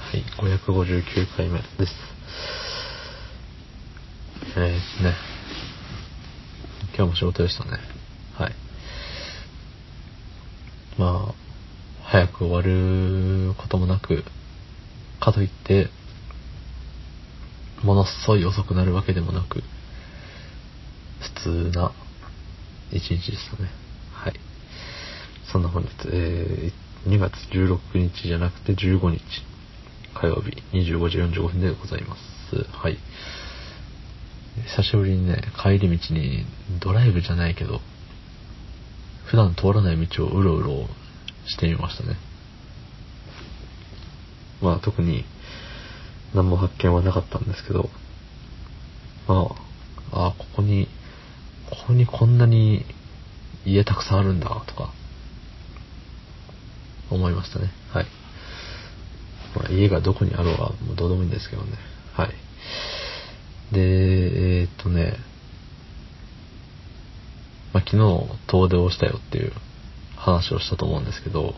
はい、559回目です。今日も仕事でしたね。はい。まあ、早く終わることもなく、かといって、ものすごい遅くなるわけでもなく、普通な一日でしたね。はい。そんな本日、2月16日じゃなくて15日、火曜日25時45分でございます。はい。久しぶりにね、帰り道にドライブじゃないけど、普段通らない道をうろうろしてみましたね。まあ特に何も発見はなかったんですけど、ここにこんなに家たくさんあるんだとか思いましたね。はい。家がどこにあろうがもうどうでもいいんですけどね。はい。で、昨日遠出をしたよっていう話をしたと思うんですけど、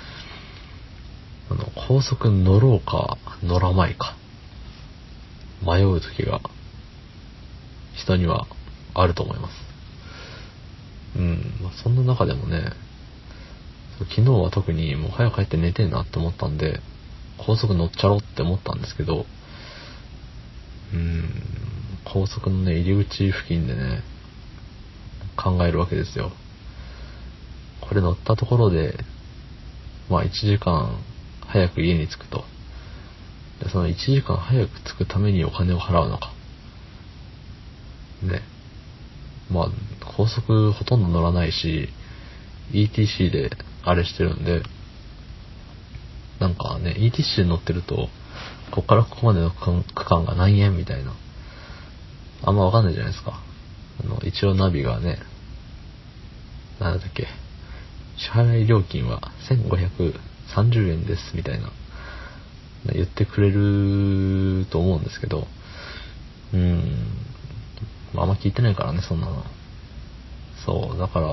高速乗ろうか乗らないか迷う時が人にはあると思います。そんな中でもね、昨日は特にもう早く帰って寝てえなって思ったんで、高速乗っちゃろうって思ったんですけど、高速のね、入り口付近でね、考えるわけですよ。これ乗ったところで、1時間早く家に着くと。で、その1時間早く着くためにお金を払うのか。ね。高速ほとんど乗らないし、ETC であれしてるんで、なんかね、ETC で乗ってると、こっからここまでの区間が何円みたいな。あんまわかんないじゃないですか。一応ナビがね、なんだっけ、支払い料金は1530円ですみたいな、言ってくれると思うんですけど、あんま聞いてないからね、そんなの。そう、だから、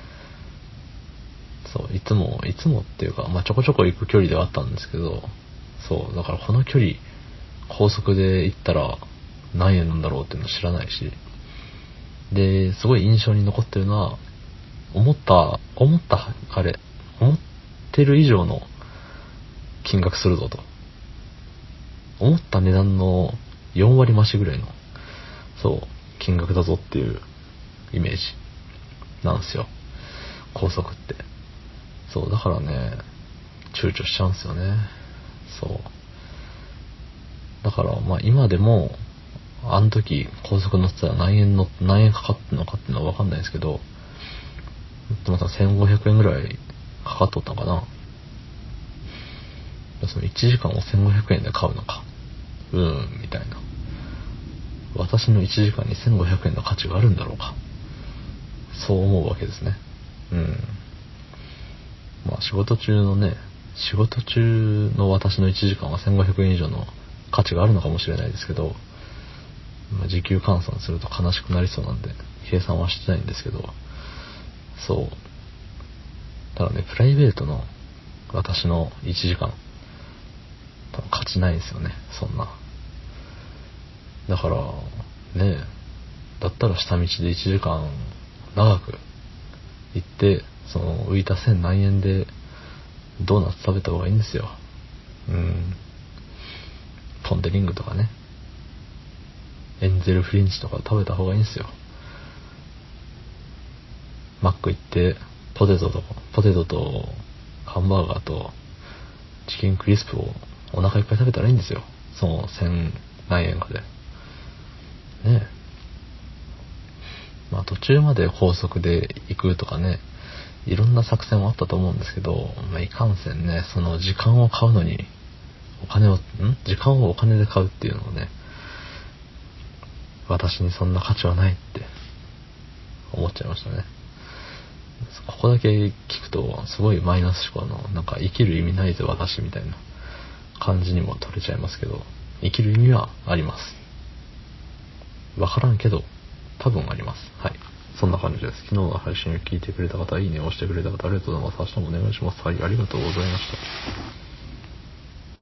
そう、いつもっていうか、ちょこちょこ行く距離ではあったんですけど、そう、だからこの距離、高速で行ったら何円なんだろうっていうの知らないし、で、すごい印象に残ってるのは、思ってる以上の金額するぞと。思った値段の4割増しぐらいの、そう、金額だぞっていうイメージなんですよ。高速って。そう、だからね、躊躇しちゃうんですよね。そう。だから、今でも、あの時高速乗ってたら何円かかってんのかっていうのはわかんないですけど、でも1500円ぐらいかかっとったのかな。その1時間を1500円で買うのか。みたいな。私の1時間に1500円の価値があるんだろうか。そう思うわけですね。仕事中の私の1時間は1500円以上の価値があるのかもしれないですけど、時給換算すると悲しくなりそうなんで、計算はしてないんですけど、そう。ただね、プライベートの私の1時間、多分価値ないんですよね、そんな。だから、ね、だったら下道で1時間長く行って、その浮いた1000何円でドーナツ食べた方がいいんですよ。ポンデリングとかね、エンゼルフレンチとか食べた方がいいんですよ。マック行ってポテトとハンバーガーとチキンクリスプをお腹いっぱい食べたらいいんですよ。その1000何円かで。ねえ。途中まで高速で行くとかね、いろんな作戦はあったと思うんですけど、いかんせんね、その時間を買うのに、時間をお金で買うっていうのをね、私にそんな価値はないって思っちゃいましたね。ここだけ聞くとすごいマイナス思考の、なんか生きる意味ないぜ私みたいな感じにも取れちゃいますけど、生きる意味はあります。わからんけど多分あります。はい、そんな感じです。昨日の配信を聞いてくれた方、いいねを押してくれた方、ありがとうございます。明日もお願いします。はい、ありがとうございました。